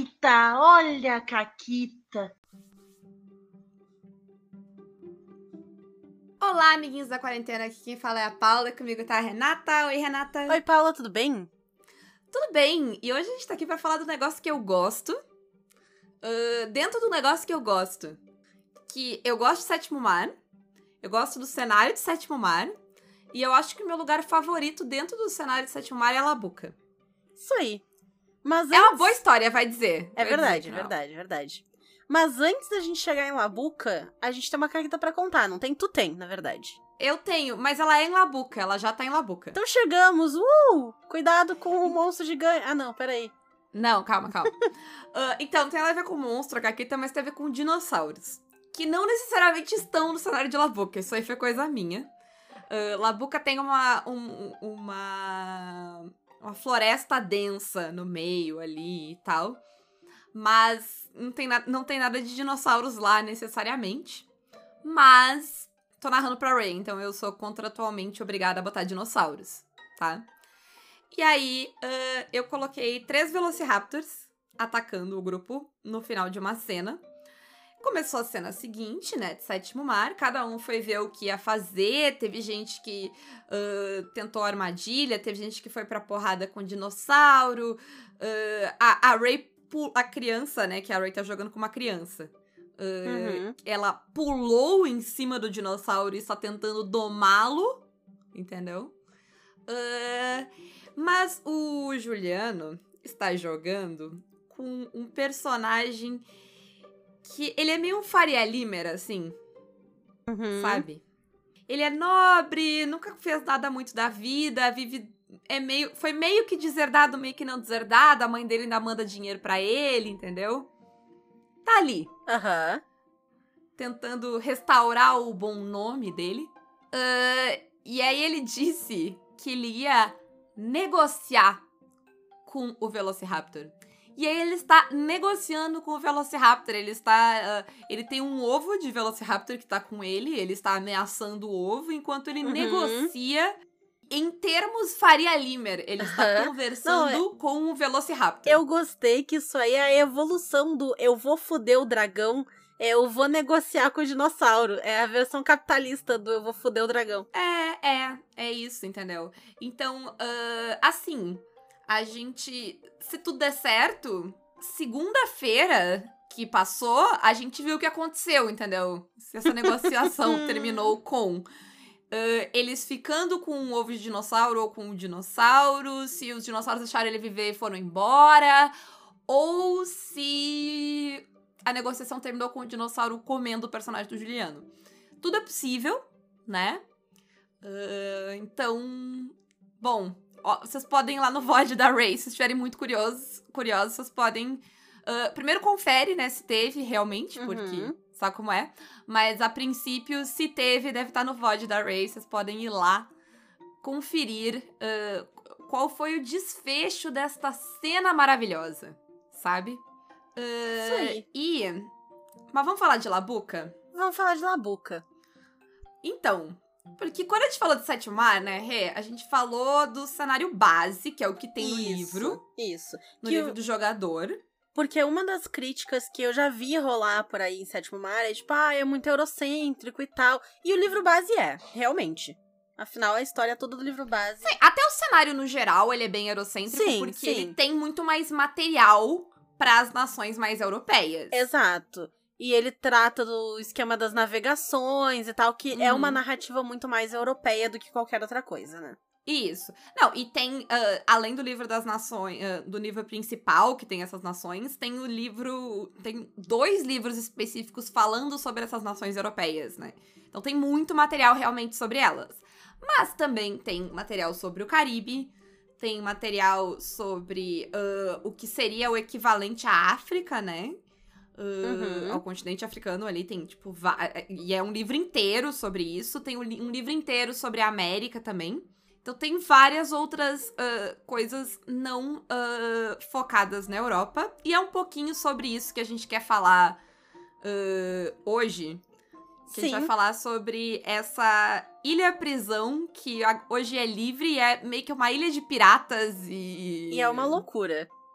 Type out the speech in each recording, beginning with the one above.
Caquita, olha a Caquita. Olá, amiguinhos da quarentena, aqui quem fala é a Paula, comigo tá a Renata. Oi, Renata. Oi, Paula, tudo bem? Tudo bem, e hoje a gente tá aqui pra falar do negócio que eu gosto. Dentro do negócio que eu gosto, que eu gosto de Sétimo Mar, eu gosto do cenário de Sétimo Mar, e eu acho que o meu lugar favorito dentro do cenário de Sétimo Mar é a Labuca. Isso aí. Mas É uma boa história, vai dizer. É verdade, é verdade. Mas antes da gente chegar em Labuca, a gente tem uma Caquita pra contar, não tem? Tu tem, na verdade. Eu tenho, mas ela é em Labuca, ela já tá em Labuca. Então chegamos, Cuidado com o monstro gigante. Ah, não, peraí. Não, calma. Então, não tem nada a ver com monstro, a Caquita, mas tem a ver com dinossauros. Que não necessariamente estão no cenário de Labuca, isso aí foi coisa minha. Labuca tem uma floresta densa no meio ali e tal. Mas não tem nada de dinossauros lá, necessariamente. Mas tô narrando pra Ray, então eu sou contratualmente obrigada a botar dinossauros, tá? E aí, eu coloquei 3 Velociraptors atacando o grupo no final de uma cena. Começou a cena seguinte, né, de Sétimo Mar. Cada um foi ver o que ia fazer. Teve gente que tentou armadilha, teve gente que foi pra porrada com dinossauro. A Ray, a criança, né, que a Ray tá jogando com uma criança. Ela pulou em cima do dinossauro e está tentando domá-lo, entendeu? Mas o Juliano está jogando com um personagem que ele é meio um Faria Limer, assim, sabe? Ele é nobre, nunca fez nada muito da vida, foi meio que deserdado, meio que não deserdado, a mãe dele ainda manda dinheiro pra ele, entendeu? Tá ali. Tentando restaurar o bom nome dele. E aí ele disse que ele ia negociar com o Velociraptor. E aí ele está negociando com o Velociraptor. Ele tem um ovo de Velociraptor que tá com ele. Ele está ameaçando o ovo enquanto ele negocia em termos Faria Limer. Ele está conversando com o Velociraptor. Eu gostei que isso aí é a evolução do eu vou foder o dragão, eu vou negociar com o dinossauro. É a versão capitalista do eu vou foder o dragão. É isso, entendeu? Então, assim, a gente, se tudo der certo, segunda-feira que passou, a gente viu o que aconteceu, entendeu? Se essa negociação terminou com eles ficando com um ovo de dinossauro ou com um dinossauro, se os dinossauros deixaram ele viver e foram embora, ou se a negociação terminou com o dinossauro comendo o personagem do Juliano. Tudo é possível, né? Então, bom, vocês podem ir lá no VOD da Ray, se estiverem muito curiosos, vocês podem primeiro confere, né, se teve realmente, porque sabe como é, mas a princípio, se teve, deve estar no VOD da Ray, vocês podem ir lá conferir qual foi o desfecho desta cena maravilhosa, sabe? Isso aí. Mas vamos falar de Labuca? Vamos falar de Labuca. Então, porque quando a gente falou de Sétimo Mar, né, Rê, a gente falou do cenário base, que é o que tem no livro. Isso. No livro do jogador. Porque uma das críticas que eu já vi rolar por aí em Sétimo Mar é tipo, é muito eurocêntrico e tal. E o livro base realmente. Afinal, a história é toda do livro base. Sim, até o cenário no geral, ele é bem eurocêntrico, porque ele tem muito mais material para as nações mais europeias. Exato. E ele trata do esquema das navegações e tal, que é uma narrativa muito mais europeia do que qualquer outra coisa, né? Isso. Não, e tem, além do livro das nações, do livro principal, que tem essas nações, tem tem 2 livros específicos falando sobre essas nações europeias, né? Então tem muito material realmente sobre elas. Mas também tem material sobre o Caribe, tem material sobre o que seria o equivalente à África, né? Ao continente africano ali, tem, tipo, e é um livro inteiro sobre isso, tem um livro inteiro sobre a América também. Então tem várias outras coisas não focadas na Europa, e é um pouquinho sobre isso que a gente quer falar hoje. Que a gente vai falar sobre essa ilha-prisão que hoje é livre e é meio que uma ilha de piratas e... E é uma loucura.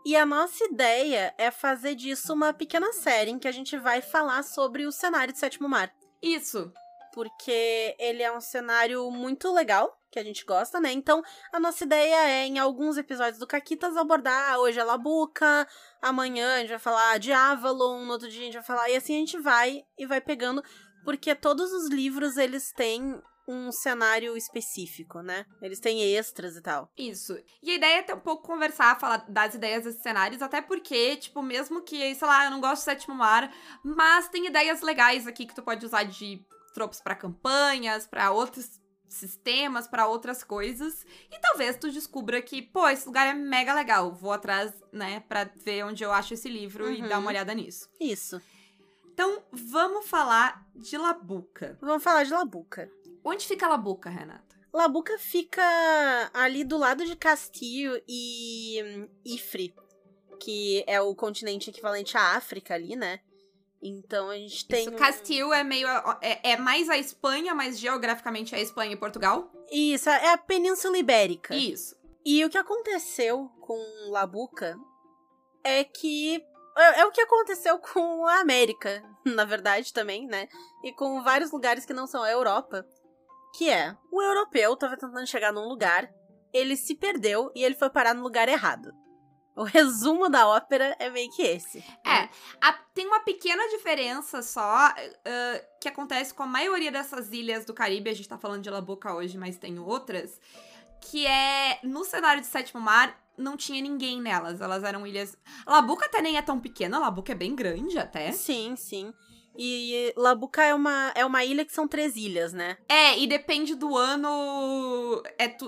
E a nossa ideia é fazer disso uma pequena série em que a gente vai falar sobre o cenário de Sétimo Mar. Isso. Porque ele é um cenário muito legal, que a gente gosta, né? Então, a nossa ideia é, em alguns episódios do Caquitas, abordar hoje a Labuca, amanhã a gente vai falar de Avalon, no outro dia a gente vai falar... E assim a gente vai pegando, porque todos os livros, eles têm um cenário específico, né? Eles têm extras e tal. Isso. E a ideia é até um pouco conversar, falar das ideias desses cenários, até porque, tipo, mesmo que, sei lá, eu não gosto do Sétimo Mar, mas tem ideias legais aqui que tu pode usar de tropos pra campanhas, pra outros sistemas, pra outras coisas. E talvez tu descubra que, pô, esse lugar é mega legal. Vou atrás, né, pra ver onde eu acho esse livro e dar uma olhada nisso. Isso. Então, vamos falar de Labuca. Vamos falar de Labuca. Onde fica Labuca, Renata? Labuca fica ali do lado de Castilho e Ifri, que é o continente equivalente à África ali, né? Então a gente tem... Isso, Castilho é meio... É mais a Espanha, mas geograficamente é a Espanha e Portugal? Isso, é a Península Ibérica. Isso. E o que aconteceu com Labuca é que... É o que aconteceu com a América, na verdade, também, né? E com vários lugares que não são a Europa. Que é, o europeu tava tentando chegar num lugar, ele se perdeu e ele foi parar no lugar errado. O resumo da ópera é meio que esse. Tem uma pequena diferença só que acontece com a maioria dessas ilhas do Caribe. A gente tá falando de Labuca hoje, mas tem outras. Que é, no cenário de Sétimo Mar, não tinha ninguém nelas. Elas eram ilhas... Labuca até nem é tão pequena, Labuca é bem grande até. Sim, sim. E Labuca é uma ilha que são 3 ilhas, né? E depende do ano,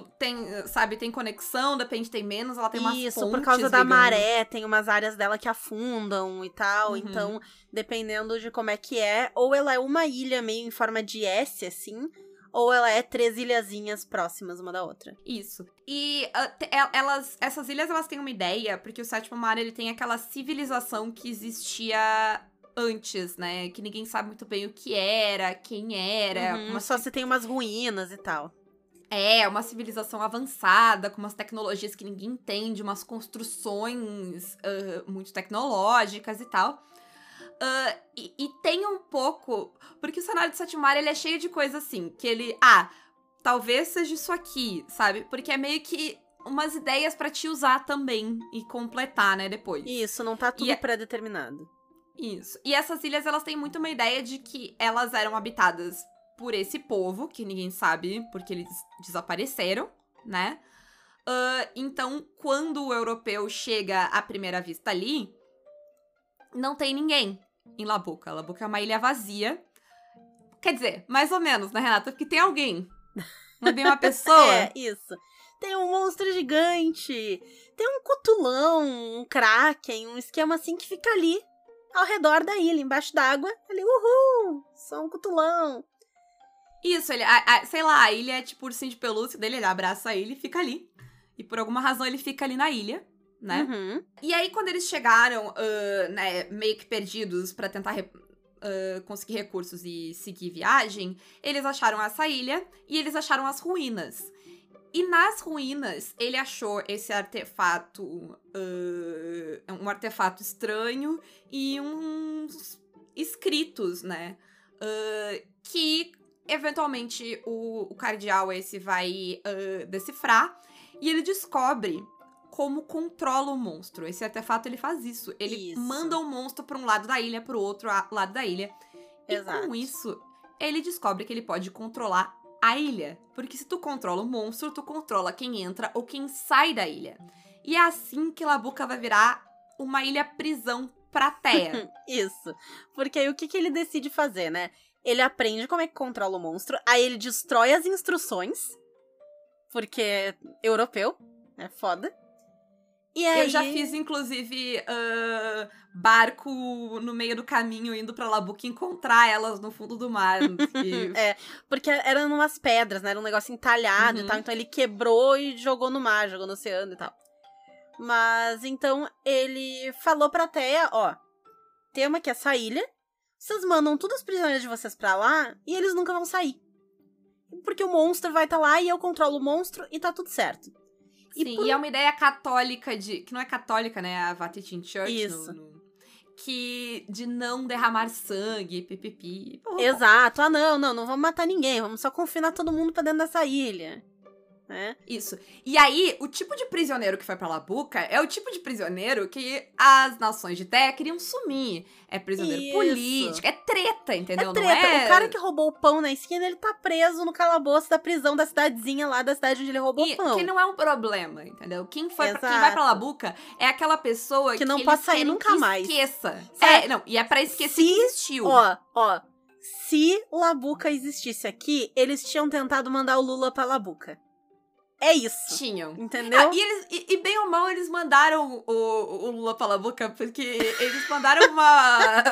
tem conexão, depende, tem menos, ela tem umas pontes. Isso, por causa da maré, tem umas áreas dela que afundam e tal, Uhum. Então, dependendo de como é que é, ou ela é uma ilha meio em forma de S, assim, ou ela é 3 ilhazinhas próximas uma da outra. Isso. E essas ilhas, elas têm uma ideia, porque o Sétimo Mar, ele tem aquela civilização que existia antes, né? Que ninguém sabe muito bem o que era, quem era. Só se tem umas ruínas e tal. Uma civilização avançada, com umas tecnologias que ninguém entende, umas construções muito tecnológicas e tal. E tem um pouco... Porque o cenário de Sétimo Mar, ele é cheio de coisa assim, que ele... talvez seja isso aqui, sabe? Porque é meio que umas ideias pra te usar também e completar, né, depois. Isso, não tá tudo pré-determinado. Isso. E essas ilhas, elas têm muito uma ideia de que elas eram habitadas por esse povo, que ninguém sabe porque eles desapareceram, né? Então, quando o europeu chega à primeira vista ali, não tem ninguém em Labuca. Labuca é uma ilha vazia. Quer dizer, mais ou menos, né, Renata? Porque tem alguém. Não é bem uma pessoa. Isso. Tem um monstro gigante, tem um cutulão, um kraken, um esquema assim que fica ali, ao redor da ilha, embaixo d'água, ali, uhul, só um cutulão. Isso, ele, sei lá, a ilha é tipo o ursinho de pelúcia dele, ele abraça a ilha e fica ali. E por alguma razão ele fica ali na ilha, né? Uhum. E aí quando eles chegaram, né, meio que perdidos pra tentar conseguir recursos e seguir viagem, eles acharam essa ilha e eles acharam as ruínas. E nas ruínas, ele achou esse artefato, um artefato estranho e uns escritos, né? Que, eventualmente, o cardeal esse vai decifrar. E ele descobre como controla o monstro. Esse artefato, ele faz isso. Ele manda o monstro para um lado da ilha, para o outro lado da ilha. Exato. E com isso, ele descobre que ele pode controlar a ilha. Porque se tu controla o monstro, tu controla quem entra ou quem sai da ilha. E é assim que Labuca vai virar uma ilha-prisão pra Teia. Isso. Porque aí o que ele decide fazer, né? Ele aprende como é que controla o monstro, aí ele destrói as instruções, porque é europeu, é foda. E aí... Eu já fiz, inclusive, barco no meio do caminho, indo pra Labuca encontrar elas no fundo do mar. Porque eram umas pedras, né? Era um negócio entalhado e tal. Então ele quebrou e jogou no mar, jogou no oceano e tal. Mas, então, ele falou pra Teia, tema que essa ilha, vocês mandam todos os prisioneiros de vocês pra lá e eles nunca vão sair. Porque o monstro vai estar lá e eu controlo o monstro e tá tudo certo. Sim, e é uma ideia católica que não é católica, né? A Vatican Church. Isso. De não derramar sangue, pipipi. Exato. Ah, não vamos matar ninguém. Vamos só confinar todo mundo pra dentro dessa ilha. Isso. E aí, o tipo de prisioneiro que foi pra Labuca é o tipo de prisioneiro que as nações de Teia queriam sumir. É prisioneiro político, é treta, entendeu? É treta. Não é... O cara que roubou o pão na esquina, ele tá preso no calabouço da prisão da cidadezinha lá, da cidade onde ele roubou o pão. Que não é um problema, entendeu? Quem vai pra Labuca é aquela pessoa que não pode sair nunca mais. Esqueça. Sabe? E é pra esquecer que existiu. Ó, se Labuca existisse aqui, eles tinham tentado mandar o Lula pra Labuca. É isso. Tinham. Entendeu? E bem ou mal, eles mandaram o Lula pra Labuca, porque eles mandaram uma...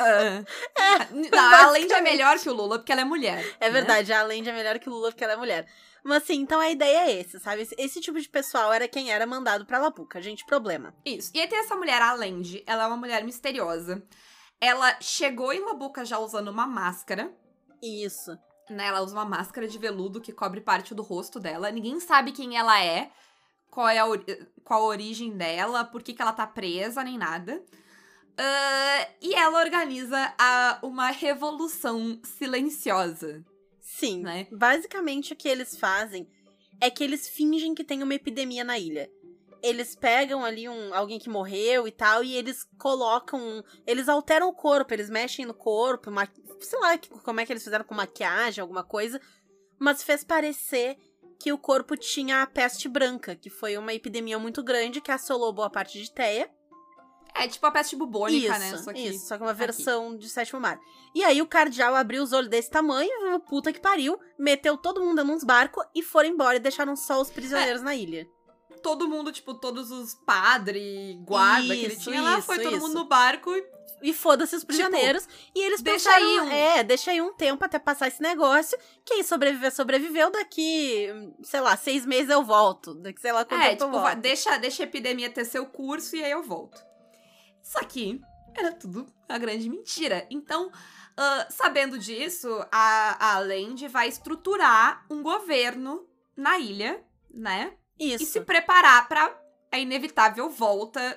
a Allende é melhor que o Lula, porque ela é mulher. É verdade, a Allende é melhor que o Lula, porque ela é mulher. Mas assim, então a ideia é esse, sabe? Esse tipo de pessoal era quem era mandado pra Labuca. Gente, problema. Isso. E aí tem essa mulher, a Allende, ela é uma mulher misteriosa. Ela chegou em Labuca já usando uma máscara. Isso. Né, ela usa uma máscara de veludo que cobre parte do rosto dela. Ninguém sabe quem ela é, qual a origem dela, por que ela tá presa, nem nada. E ela organiza uma revolução silenciosa. Sim, né? Basicamente o que eles fazem é que eles fingem que tem uma epidemia na ilha. Eles pegam ali alguém que morreu e tal, e eles colocam... Eles alteram o corpo, eles mexem no corpo, sei lá como é que eles fizeram com maquiagem, alguma coisa, mas fez parecer que o corpo tinha a peste branca, que foi uma epidemia muito grande que assolou boa parte de Teia. É tipo a peste bubônica, né? Só que uma versão de Sétimo Mar. E aí o cardeal abriu os olhos desse tamanho, puta que pariu, meteu todo mundo nos barcos e foram embora e deixaram só os prisioneiros na ilha. Todo mundo, tipo, todos os padres, guarda que ele tinha lá, foi todo mundo no barco e foda-se os prisioneiros. Tipo, e eles pensaram, deixa aí um tempo até passar esse negócio. Quem sobreviver, sobreviveu. Daqui, sei lá, 6 meses eu volto. Daqui, sei lá, quanto tempo eu volto. Deixa a epidemia ter seu curso e aí eu volto. Isso aqui era tudo uma grande mentira. Então, sabendo disso, a Allende vai estruturar um governo na ilha, né? Isso. E se preparar pra a inevitável volta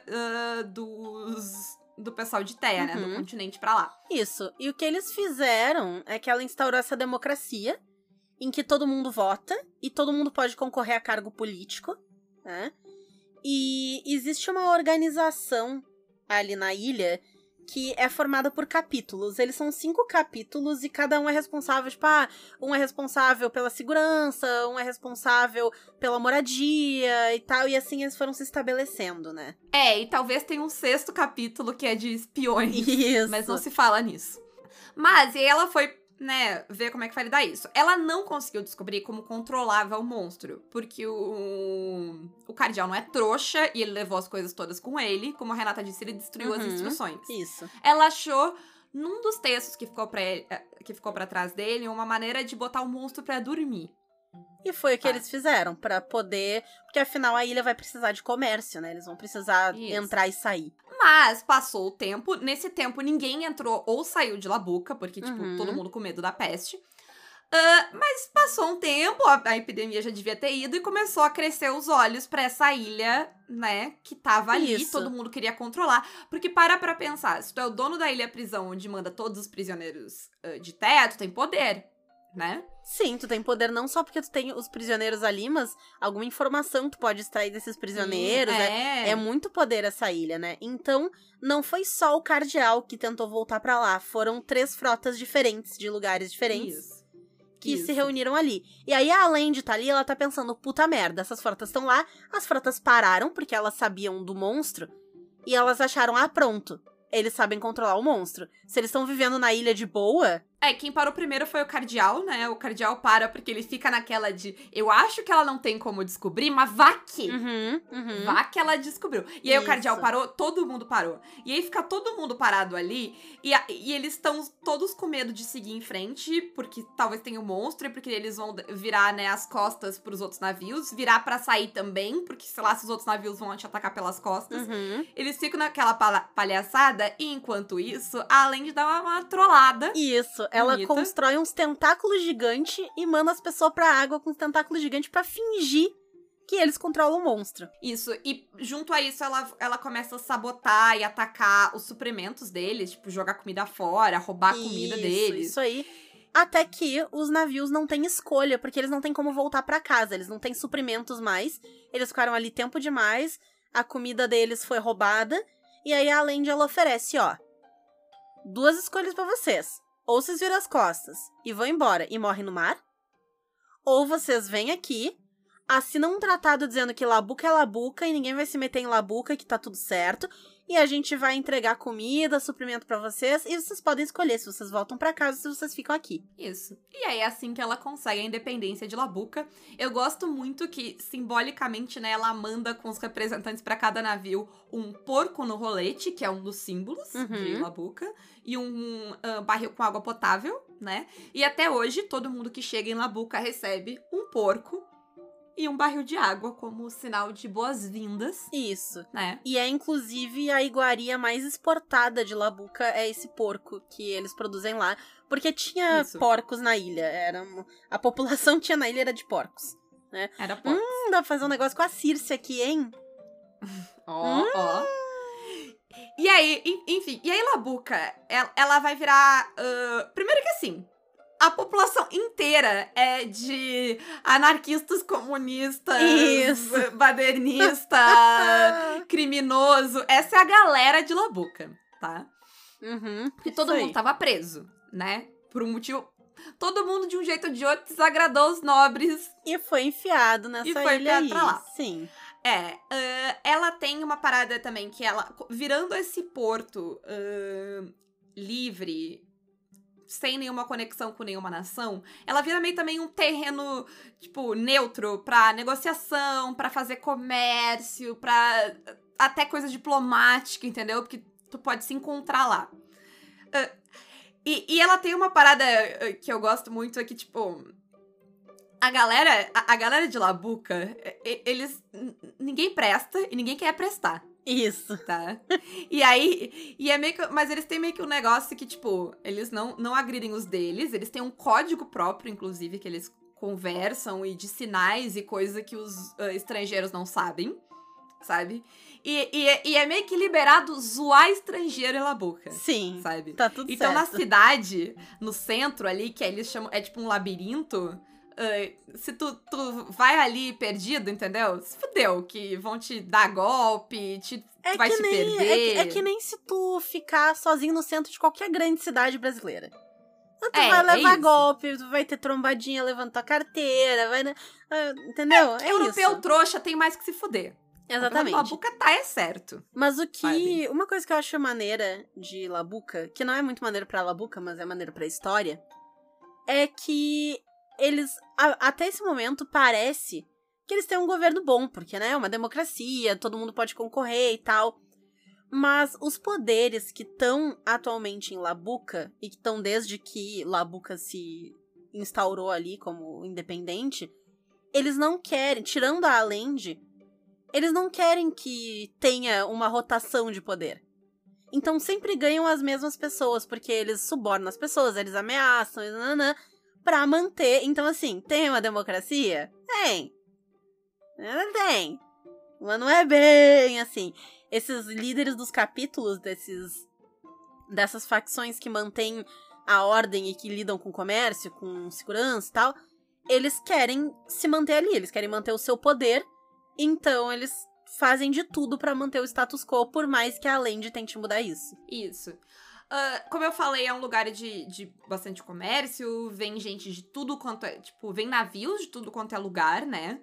do pessoal de Teia, né? Do continente pra lá. Isso. E o que eles fizeram é que ela instaurou essa democracia em que todo mundo vota e todo mundo pode concorrer a cargo político, né? E existe uma organização ali na ilha que é formada por capítulos. Eles são 5 capítulos e cada um é responsável, tipo, um é responsável pela segurança, um é responsável pela moradia e tal, e assim eles foram se estabelecendo, né? E talvez tenha um 6º capítulo que é de espiões. Isso. Mas não se fala nisso. Mas, e aí ela foi, né, ver como é que vai lidar isso. Ela não conseguiu descobrir como controlava o monstro, porque o cardeal não é trouxa e ele levou as coisas todas com ele. Como a Renata disse, ele destruiu as instruções. Isso. Ela achou, num dos textos que ficou pra trás dele, uma maneira de botar o monstro pra dormir. E foi o que eles fizeram, pra poder... Porque afinal a ilha vai precisar de comércio, né? Eles vão precisar entrar e sair. Mas passou o tempo. Nesse tempo, ninguém entrou ou saiu de Labuca, porque, tipo, todo mundo com medo da peste. Mas passou um tempo, a epidemia já devia ter ido e começou a crescer os olhos pra essa ilha, né, que tava ali, todo mundo queria controlar. Porque pra pensar, se tu é o dono da ilha prisão onde manda todos os prisioneiros de Teia, tu tem poder, né? Sim, tu tem poder não só porque tu tem os prisioneiros ali, mas alguma informação tu pode extrair desses prisioneiros. É muito poder essa ilha, né? Então, não foi só o cardeal que tentou voltar pra lá. Foram 3 frotas diferentes, de lugares diferentes, que se reuniram ali. E aí, além de estar ali, ela tá pensando, puta merda, essas frotas estão lá. As frotas pararam, porque elas sabiam do monstro. E elas acharam, pronto, eles sabem controlar o monstro. Se eles estão vivendo na ilha de boa... Quem parou primeiro foi o cardeal, né? O cardeal para porque ele fica naquela de... Eu acho que ela não tem como descobrir, mas vá que... Vá que ela descobriu. E aí o cardeal parou, todo mundo parou. E aí fica todo mundo parado ali. E eles estão todos com medo de seguir em frente, porque talvez tenha um monstro, e porque eles vão virar, né, as costas pros outros navios. Virar pra sair também, porque, sei lá, se os outros navios vão te atacar pelas costas. Eles ficam naquela palhaçada, e enquanto isso, além de dar uma trollada... Isso. Ela constrói uns tentáculos gigantes e manda as pessoas pra água com os tentáculos gigantes pra fingir que eles controlam o monstro. Isso, e junto a isso ela começa a sabotar e atacar os suprimentos deles, tipo, jogar comida fora, roubar a comida deles. Isso aí. Até que os navios não têm escolha, porque eles não têm como voltar pra casa, eles não têm suprimentos mais, eles ficaram ali tempo demais, a comida deles foi roubada, e aí a Land, ela oferece, ó, 2 escolhas pra vocês. Ou vocês viram as costas e vão embora e morrem no mar, ou vocês vêm aqui, assinam um tratado dizendo que Labuca é Labuca e ninguém vai se meter em Labuca, que tá tudo certo. E a gente vai entregar comida, suprimento pra vocês. E vocês podem escolher se vocês voltam pra casa ou se vocês ficam aqui. Isso. E aí é assim que ela consegue a independência de Labuca. Eu gosto muito que, simbolicamente, né, ela manda com os representantes pra cada navio um porco no rolete, que é um dos símbolos de Labuca. E um barril com água potável, né? E até hoje, todo mundo que chega em Labuca recebe um porco e um barril de água como sinal de boas-vindas. Isso. Né? E é, inclusive, a iguaria mais exportada de Labuca é esse porco que eles produzem lá. Porque tinha porcos na ilha. A população que tinha na ilha era de porcos. Né? Era porcos. Dá pra fazer um negócio com a Circe aqui, hein? Ó. E aí, enfim, Labuca, ela vai virar... primeiro que assim, a população inteira é de anarquistas, comunistas, badernista, criminoso. Essa é a galera de Labuca, tá? Porque todo mundo tava preso, né? Por um motivo... Todo mundo, de um jeito ou de outro, desagradou os nobres. E foi enfiado nessa ilha aí. Pra lá. Sim. Ela tem uma parada também que ela... Virando esse porto livre... sem nenhuma conexão com nenhuma nação, ela vira meio também um terreno, tipo, neutro pra negociação, pra fazer comércio, pra até coisa diplomática, entendeu? Porque tu pode se encontrar lá. E ela tem uma parada que eu gosto muito, é que, tipo... A galera de Labuca, eles... Ninguém presta e ninguém quer prestar. Isso. Tá? E aí... E é meio que... Mas eles têm meio que um negócio que, tipo... Eles não agridem os deles. Eles têm um código próprio, inclusive, que eles conversam e de sinais e coisa que os estrangeiros não sabem. Sabe? E é meio que liberado zoar estrangeiro em Labuca. Sim. Sabe? Tá tudo então, certo. na cidade, no centro ali, que eles chamam... É tipo um labirinto... se tu vai ali perdido, entendeu? Se fudeu, que vão te dar golpe, tu vai se perder. É que nem se tu ficar sozinho no centro de qualquer grande cidade brasileira. Tu vai levar golpe, tu vai ter trombadinha levando tua carteira, vai... entendeu? É europeu isso. trouxa tem mais que se fuder. Exatamente. Labuca tá certo. Mas o que... Sabe? Uma coisa que eu acho maneira de Labuca, que não é muito maneiro pra Labuca, mas é maneiro pra história, é que eles, até esse momento, parece que eles têm um governo bom, porque, né, é uma democracia, todo mundo pode concorrer e tal. Mas os poderes que estão atualmente em Labuca, e que estão desde que Labuca se instaurou ali como independente, eles não querem, tirando a Land, eles não querem que tenha uma rotação de poder. Então sempre ganham as mesmas pessoas, porque eles subornam as pessoas, eles ameaçam, pra manter. Então, assim, tem uma democracia? Tem. Tem. Mas não é bem assim. Esses líderes dos capítulos dessas facções que mantêm a ordem e que lidam com comércio, com segurança e tal, eles querem se manter ali, eles querem manter o seu poder, então eles fazem de tudo pra manter o status quo, por mais que a Land tente mudar isso. Isso. Como eu falei, é um lugar de bastante comércio, vem gente de tudo quanto é... Tipo, vem navios de tudo quanto é lugar, né?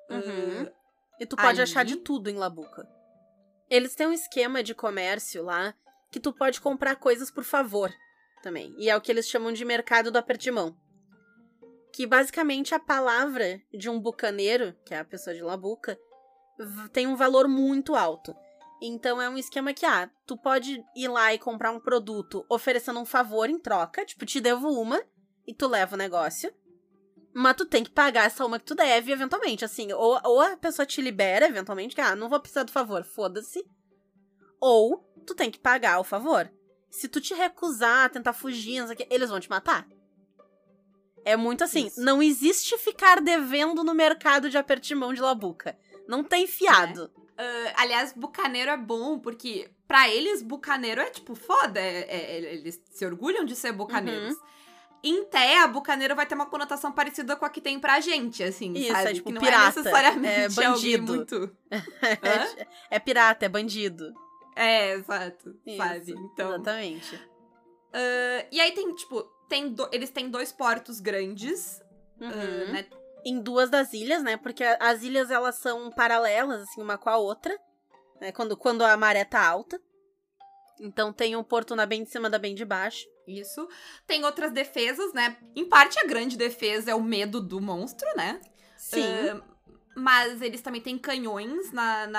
E tu pode achar de tudo em Labuca. Eles têm um esquema de comércio lá que tu pode comprar coisas por favor também. E é o que eles chamam de mercado do aperto de mão. Que basicamente a palavra de um bucaneiro, que é a pessoa de Labuca, tem um valor muito alto. Então é um esquema que, tu pode ir lá e comprar um produto oferecendo um favor em troca, tipo, te devo uma e tu leva o negócio. Mas tu tem que pagar essa uma que tu deve, eventualmente, assim. Ou a pessoa te libera, eventualmente, que, não vou precisar do favor, foda-se. Ou tu tem que pagar o favor. Se tu te recusar, tentar fugir, não sei o que, eles vão te matar. É muito assim, Isso. não existe ficar devendo no mercado de apertimão de labuca. Não tem fiado. Aliás, bucaneiro é bom, porque pra eles, bucaneiro é tipo foda. Eles se orgulham de ser bucaneiros. Em Té, bucaneiro vai ter uma conotação parecida com a que tem pra gente, assim, Isso, sabe? é tipo que não pirata, é necessariamente é alguém bandido. muito... É pirata, é bandido. Exato, sabe? Isso, Então, exatamente. e aí tem, tipo, eles têm 2 portos grandes, né? Em 2 das ilhas, né? Porque as ilhas, elas são paralelas, assim, uma com a outra. Né? Quando a maré tá alta. Então tem um porto na bem de cima da bem de baixo. Isso. Tem outras defesas, né? Em parte, a grande defesa é o medo do monstro, né? Sim. Mas eles também têm canhões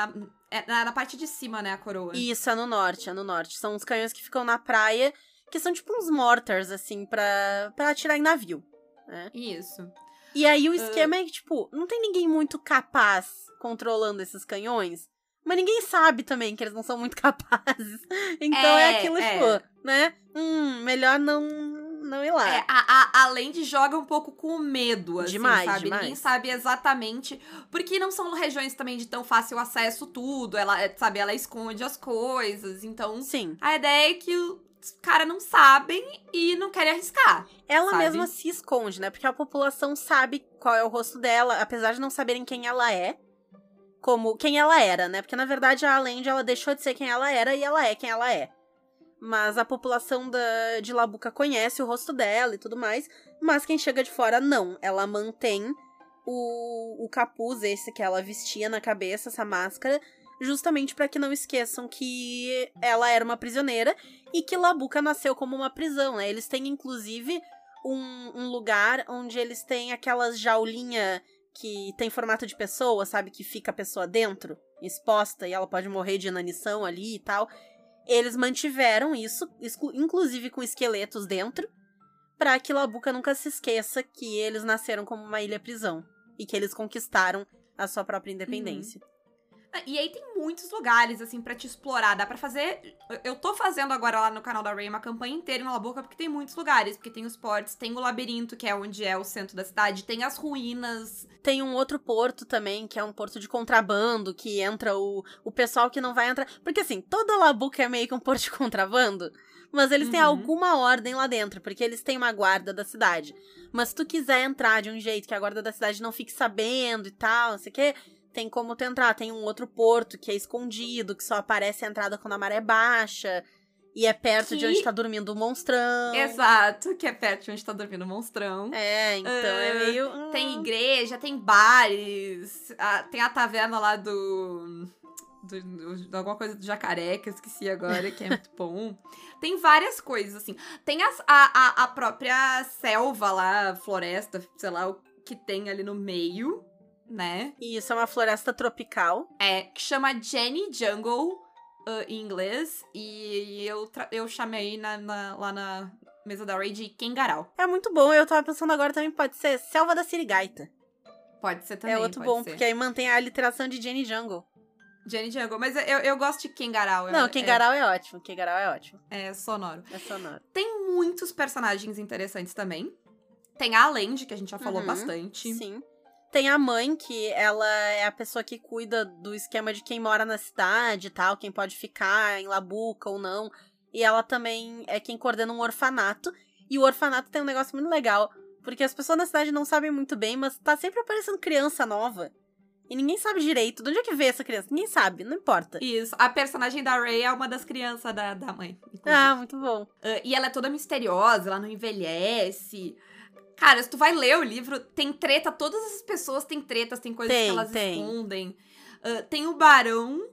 na parte de cima, né? A coroa. Isso, é no norte, é no norte. São os canhões que ficam na praia, que são tipo uns mortars, assim, pra atirar em navio. Né? Isso. E aí o esquema é que, tipo, não tem ninguém muito capaz controlando esses canhões. Mas ninguém sabe também que eles não são muito capazes. Então é aquilo, tipo, né? Melhor não ir lá. A Land joga um pouco com o medo, assim, Demais, sabe? demais. Ninguém sabe exatamente. Porque não são regiões também de tão fácil acesso tudo. Ela, sabe, ela esconde as coisas. Então, Sim. a ideia é que os caras não sabem e não querem arriscar. Ela sabe? mesma se esconde, né? Porque a população sabe qual é o rosto dela, apesar de não saberem quem ela é. Como quem ela era, né? Porque, na verdade, a Land, ela deixou de ser quem ela era e ela é quem ela é. Mas a população de Labuca conhece o rosto dela e tudo mais. Mas quem chega de fora, não. Ela mantém o capuz esse que ela vestia na cabeça, essa máscara, justamente para que não esqueçam que ela era uma prisioneira e que Labuca nasceu como uma prisão, né? Eles têm, inclusive, um lugar onde eles têm aquelas jaulinhas que tem formato de pessoa, sabe? Que fica a pessoa dentro, exposta, e ela pode morrer de inanição ali e tal. Eles mantiveram isso, inclusive com esqueletos dentro, pra que Labuca nunca se esqueça que eles nasceram como uma ilha-prisão e que eles conquistaram a sua própria independência. E aí tem muitos lugares, assim, pra te explorar. Dá pra fazer... Eu tô fazendo agora lá no canal da Ray uma campanha inteira em Labuca, porque tem muitos lugares. Porque tem os portos, tem o labirinto, que é onde é o centro da cidade, tem as ruínas. Tem um outro porto também, que é um porto de contrabando, que entra o pessoal que não vai entrar... Porque, assim, toda Labuca é meio que um porto de contrabando, mas eles têm alguma ordem lá dentro, porque eles têm uma guarda da cidade. Mas se tu quiser entrar de um jeito que a guarda da cidade não fique sabendo e tal, não sei o quê... Tem como tu entrar, tem um outro porto que é escondido, que só aparece a entrada quando a maré baixa, e é perto de onde tá dormindo o monstrão. Exato, que é perto de onde tá dormindo o monstrão. Então é meio... Tem igreja, tem bares, tem a taverna lá de alguma coisa do jacaré, que eu esqueci agora, que é muito bom. Tem várias coisas, assim. Tem a própria selva lá, floresta, sei lá, o que tem ali no meio... né? Isso, é uma floresta tropical. Que chama Jenny Jungle, em inglês, e eu chamei lá na mesa da Ray de Kengarau. É muito bom, eu tava pensando agora também pode ser Selva da Sirigaita. Pode ser também, é outro bom, porque aí mantém a literação de Jenny Jungle. Jenny Jungle, mas eu gosto de Kengarau. Não, Kengarau é ótimo, Kengarau é ótimo. É sonoro. É sonoro. Tem muitos personagens interessantes também. Tem a Land, que a gente já falou bastante. Sim. Tem a mãe, que ela é a pessoa que cuida do esquema de quem mora na cidade e tal, quem pode ficar em Labuca ou não. E ela também é quem coordena um orfanato. E o orfanato tem um negócio muito legal, porque as pessoas na cidade não sabem muito bem, mas tá sempre aparecendo criança nova. E ninguém sabe direito. De onde é que veio essa criança? Ninguém sabe, não importa. Isso, a personagem da Ray é uma das crianças da mãe. Inclusive. Ah, muito bom. E ela é toda misteriosa, ela não envelhece... Cara, se tu vai ler o livro, tem treta, todas as pessoas têm tretas, tem coisas que elas escondem. Tem o Barão,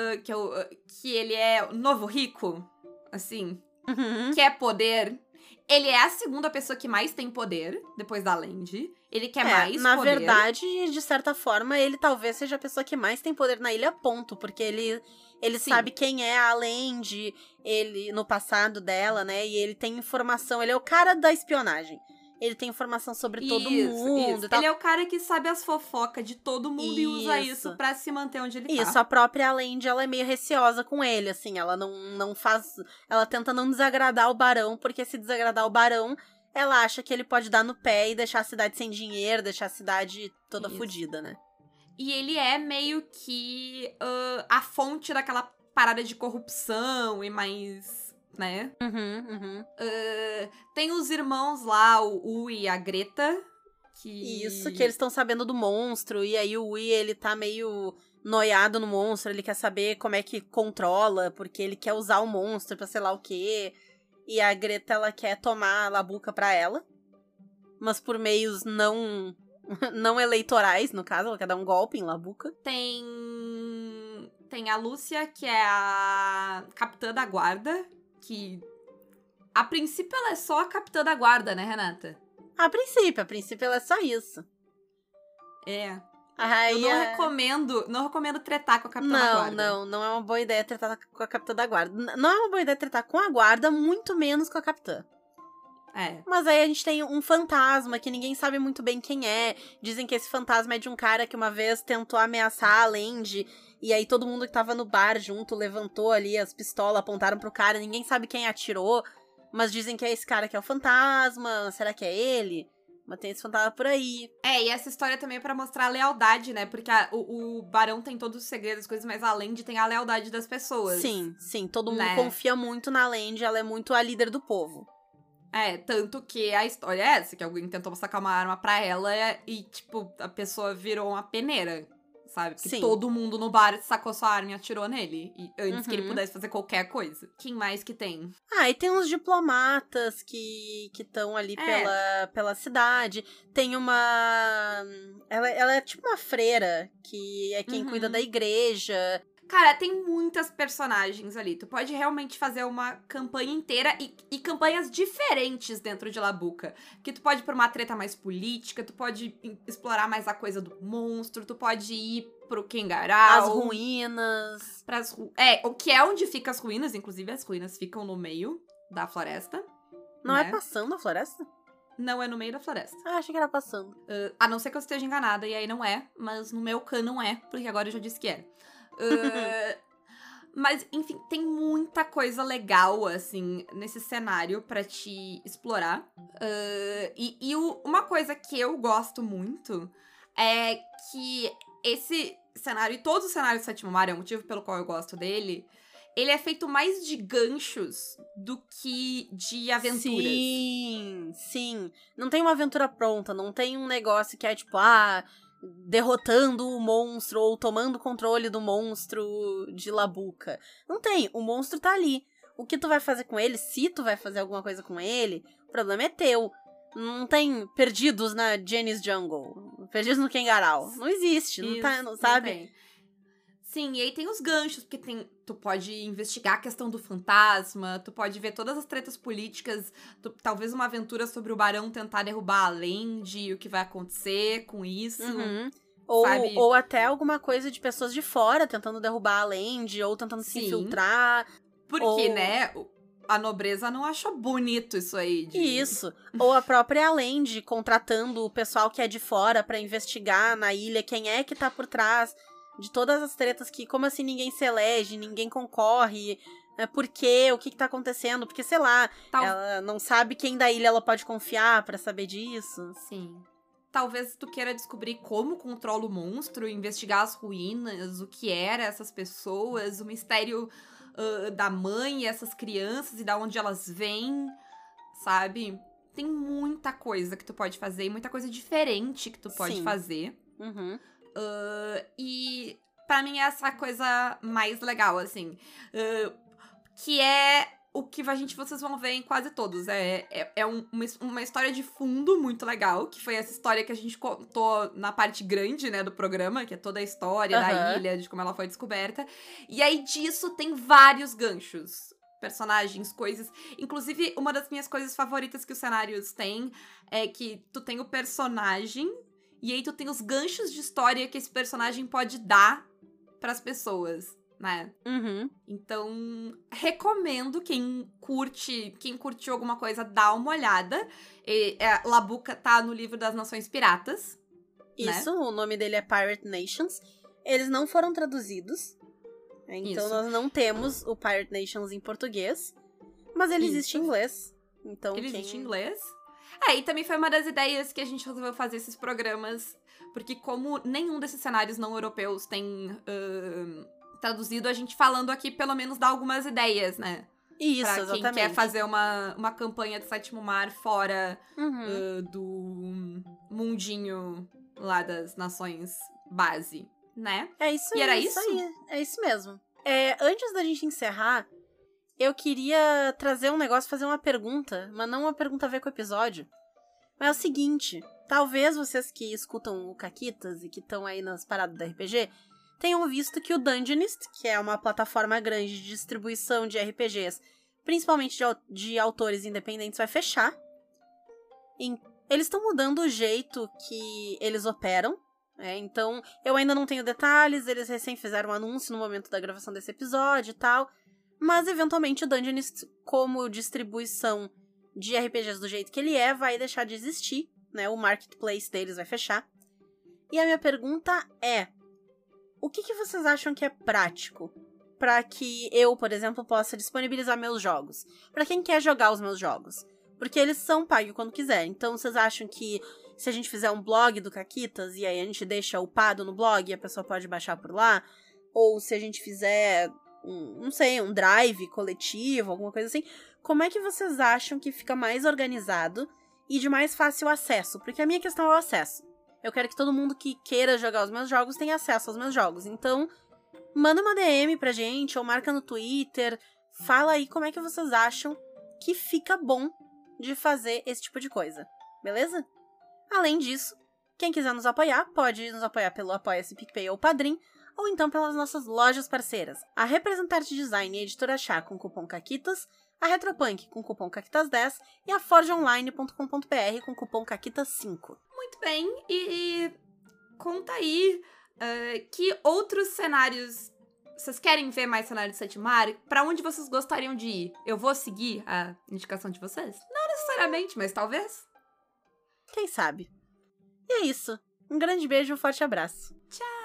que ele é o novo rico, assim, que é poder. Ele é a segunda pessoa que mais tem poder, depois da Land. Ele quer mais poder. Na verdade, de certa forma, ele talvez seja a pessoa que mais tem poder na ilha, ponto. Porque ele sabe quem é a Land, ele, no passado dela, né? E ele tem informação, ele é o cara da espionagem. Ele tem informação sobre todo mundo e tal. Ele é o cara que sabe as fofocas de todo mundo e usa isso pra se manter onde ele tá. Isso, a própria Land, ela é meio receosa com ele, assim. Ela não faz... Ela tenta não desagradar o Barão, porque se desagradar o Barão, ela acha que ele pode dar no pé e deixar a cidade sem dinheiro, deixar a cidade toda Isso. fodida, né? E ele é meio que a fonte daquela parada de corrupção e mais, né? Tem os irmãos lá, o Ui e a Greta, que... Isso, que eles estão sabendo do monstro, e aí o Ui, ele tá meio noiado no monstro, ele quer saber como é que controla, porque ele quer usar o monstro pra sei lá o quê. E a Greta, ela quer tomar a Labuca pra ela, mas por meios não eleitorais, no caso, ela quer dar um golpe em Labuca. Tem a Lúcia, que é a capitã da guarda, que a princípio ela é só a capitã da guarda, né, Renata? A princípio ela é só isso. É. Aí Eu não recomendo tretar com a capitã da guarda. Não é uma boa ideia tretar com a capitã da guarda. Não é uma boa ideia tretar com a guarda, muito menos com a capitã. É. Mas aí a gente tem um fantasma que ninguém sabe muito bem quem é. Dizem que esse fantasma é de um cara que uma vez tentou ameaçar a Landy. E aí todo mundo que tava no bar junto levantou ali as pistolas, apontaram pro cara. Ninguém sabe quem atirou. Mas dizem que é esse cara que é o fantasma. Será que é ele? Mas tem esse fantasma por aí. E essa história também é pra mostrar a lealdade, né? Porque o Barão tem todos os segredos, as coisas, mas a Landy tem a lealdade das pessoas. Sim. Todo mundo né? confia muito na Landy. Ela é muito a líder do povo. Tanto que a história é essa, que alguém tentou sacar uma arma pra ela e, tipo, a pessoa virou uma peneira, sabe? Porque Sim. todo mundo no bar sacou sua arma e atirou nele, antes que ele pudesse fazer qualquer coisa. Quem mais que tem? E tem uns diplomatas que estão ali pela cidade. Tem uma... Ela é tipo uma freira, que é quem cuida da igreja. Cara, tem muitas personagens ali. Tu pode realmente fazer uma campanha inteira e campanhas diferentes dentro de Labuca. Que tu pode ir pra uma treta mais política, tu pode explorar mais a coisa do monstro, tu pode ir pro Kengarau. As ruínas. O que é onde ficam as ruínas, inclusive as ruínas ficam no meio da floresta. Não né? é passando a floresta? Não é no meio da floresta. Achei que era passando. A não ser que eu esteja enganada, e aí não é. Mas no meu canon é, porque agora eu já disse que era. Mas, enfim, tem muita coisa legal, assim, nesse cenário pra te explorar. Uma coisa que eu gosto muito é que esse cenário, e todos os cenários do Sétimo Mar, é o motivo pelo qual eu gosto dele, ele é feito mais de ganchos do que de aventuras. Sim. Não tem uma aventura pronta, não tem um negócio que é tipo, derrotando o monstro ou tomando controle do monstro de Labuca. Não tem, o monstro tá ali. O que tu vai fazer com ele, se tu vai fazer alguma coisa com ele, o problema é teu. Não tem perdidos na Jenny's Jungle, perdidos no Kengarau. Não existe, não sabe? Não tem. Sim, e aí tem os ganchos, porque tu pode investigar a questão do fantasma, tu pode ver todas as tretas políticas, talvez uma aventura sobre o Barão tentar derrubar a Landy, o que vai acontecer com isso. Ou até alguma coisa de pessoas de fora tentando derrubar a Landy, ou tentando se infiltrar. Porque, né, a nobreza não achou bonito isso aí. Isso. Ou a própria Landy contratando o pessoal que é de fora pra investigar na ilha quem é que tá por trás de todas as tretas que, como assim ninguém se elege, ninguém concorre, por quê, o que tá acontecendo, porque, sei lá, ela não sabe quem da ilha ela pode confiar pra saber disso. Sim. Talvez tu queira descobrir como controla o monstro, investigar as ruínas, o que eram essas pessoas, o mistério da mãe e essas crianças e da onde elas vêm, sabe? Tem muita coisa que tu pode fazer e muita coisa diferente que tu pode fazer. E pra mim é essa coisa mais legal, assim. Que é o que vocês vão ver em quase todos. Uma história de fundo muito legal, que foi essa história que a gente contou na parte grande, né, do programa, que é toda a história da ilha, de como ela foi descoberta. E aí disso tem vários ganchos. Personagens, coisas. Inclusive, uma das minhas coisas favoritas que os cenários têm é que tu tem o personagem e aí tu tem os ganchos de história que esse personagem pode dar pras pessoas, né? Então, recomendo quem curtiu alguma coisa, dá uma olhada. Labuca tá no livro das Nações Piratas. Isso, né? O nome dele é Pirate Nations. Eles não foram traduzidos. Então nós não temos o Pirate Nations em português. Mas ele existe em inglês. Então, ele existe em inglês. E também foi uma das ideias que a gente resolveu fazer esses programas, porque como nenhum desses cenários não europeus tem traduzido, a gente falando aqui pelo menos dá algumas ideias, né? Isso, pra exatamente. quem quer fazer uma campanha do Sétimo Mar fora do mundinho lá das nações base, né? É isso aí. E era isso? Aí, é isso mesmo. Antes da gente encerrar, eu queria trazer um negócio, fazer uma pergunta, mas não uma pergunta a ver com o episódio. Mas é o seguinte, talvez vocês que escutam o Caquitas e que estão aí nas paradas da RPG tenham visto que o Dungeonist, que é uma plataforma grande de distribuição de RPGs, principalmente de autores independentes, vai fechar. Eles estão mudando o jeito que eles operam. Então, eu ainda não tenho detalhes, eles recém fizeram um anúncio no momento da gravação desse episódio e tal. Mas, eventualmente, o Dungeonist, como distribuição de RPGs do jeito que ele vai deixar de existir, né? O marketplace deles vai fechar. E a minha pergunta é: o que vocês acham que é prático para que eu, por exemplo, possa disponibilizar meus jogos? Para quem quer jogar os meus jogos? Porque eles são pagos quando quiser. Então, vocês acham que se a gente fizer um blog do Caquitas e aí a gente deixa upado no blog e a pessoa pode baixar por lá? Ou se a gente fizer, um drive coletivo, alguma coisa assim, como é que vocês acham que fica mais organizado e de mais fácil acesso? Porque a minha questão é o acesso. Eu quero que todo mundo que queira jogar os meus jogos tenha acesso aos meus jogos. Então, manda uma DM pra gente ou marca no Twitter. Fala aí como é que vocês acham que fica bom de fazer esse tipo de coisa. Beleza? Além disso, quem quiser nos apoiar, pode nos apoiar pelo Apoia-se, PicPay ou Padrim, ou então pelas nossas lojas parceiras. A Representarte Design e a Editora Chá com cupom CAQUITAS, a Retropunk com cupom CAQUITAS10 e a forgeonline.com.br com cupom CAQUITAS5. Muito bem, e conta aí que outros cenários... Vocês querem ver mais cenários de Sétimo Mar? Pra onde vocês gostariam de ir? Eu vou seguir a indicação de vocês? Não necessariamente, mas talvez. Quem sabe? E é isso. Um grande beijo e um forte abraço. Tchau!